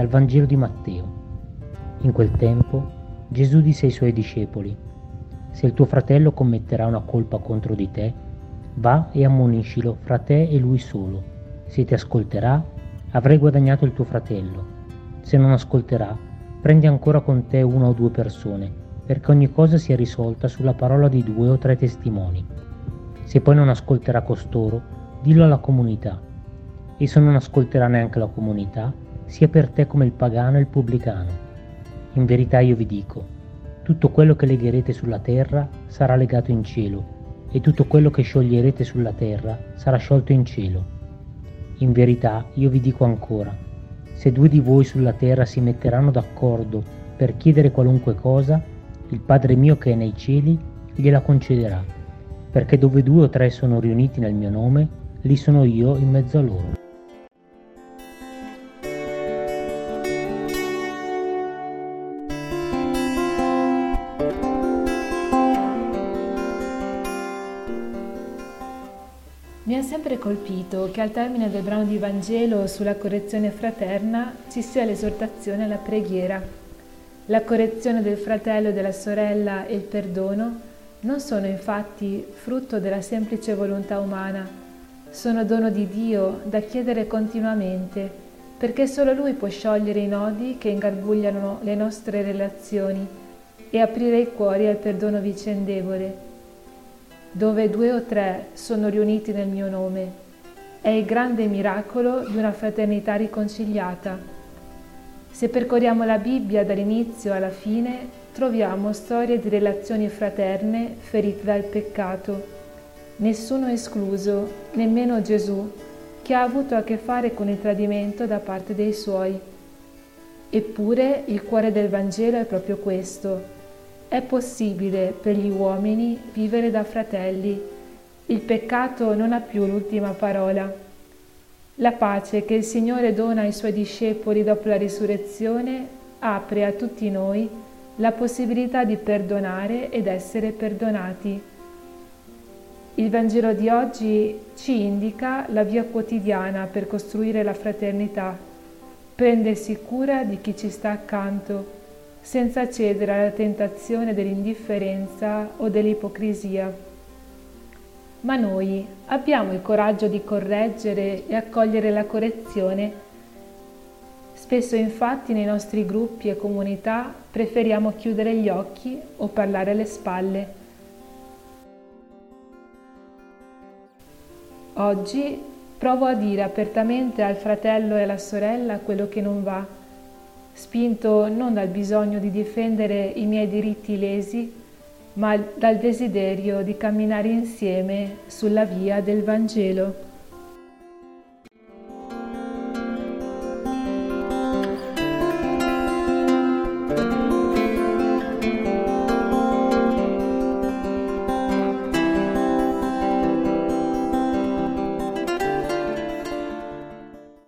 Dal Vangelo di Matteo. In quel tempo Gesù disse ai suoi discepoli: se il tuo fratello commetterà una colpa contro di te, va e ammoniscilo fra te e lui solo. Se ti ascolterà, avrai guadagnato il tuo fratello. Se non ascolterà, prendi ancora con te una o due persone, perché ogni cosa sia risolta sulla parola di 2 o 3 testimoni. Se poi non ascolterà costoro, dillo alla comunità. E se non ascolterà neanche la comunità, sia per te come il pagano e il pubblicano. In verità io vi dico, tutto quello che legherete sulla terra sarà legato in cielo, e tutto quello che scioglierete sulla terra sarà sciolto in cielo. In verità io vi dico ancora, se 2 di voi sulla terra si metteranno d'accordo per chiedere qualunque cosa, il Padre mio che è nei cieli gliela concederà, perché dove 2 o 3 sono riuniti nel mio nome, lì sono io in mezzo a loro. Mi ha sempre colpito che al termine del brano di Vangelo sulla correzione fraterna ci sia l'esortazione alla preghiera. La correzione del fratello e della sorella e il perdono non sono infatti frutto della semplice volontà umana, sono dono di Dio da chiedere continuamente, perché solo Lui può sciogliere i nodi che ingarbugliano le nostre relazioni e aprire i cuori al perdono vicendevole. Dove 2 o 3 sono riuniti nel mio nome, è il grande miracolo di una fraternità riconciliata. Se percorriamo la Bibbia dall'inizio alla fine, troviamo storie di relazioni fraterne ferite dal peccato. Nessuno escluso, nemmeno Gesù, che ha avuto a che fare con il tradimento da parte dei suoi. Eppure il cuore del Vangelo è proprio questo. È possibile per gli uomini vivere da fratelli. Il peccato non ha più l'ultima parola. La pace che il Signore dona ai Suoi discepoli dopo la risurrezione apre a tutti noi la possibilità di perdonare ed essere perdonati. Il Vangelo di oggi ci indica la via quotidiana per costruire la fraternità, prendersi cura di chi ci sta accanto, senza cedere alla tentazione dell'indifferenza o dell'ipocrisia. Ma noi abbiamo il coraggio di correggere e accogliere la correzione? Spesso infatti nei nostri gruppi e comunità preferiamo chiudere gli occhi o parlare alle spalle. Oggi provo a dire apertamente al fratello e alla sorella quello che non va, spinto non dal bisogno di difendere i miei diritti lesi, ma dal desiderio di camminare insieme sulla via del Vangelo.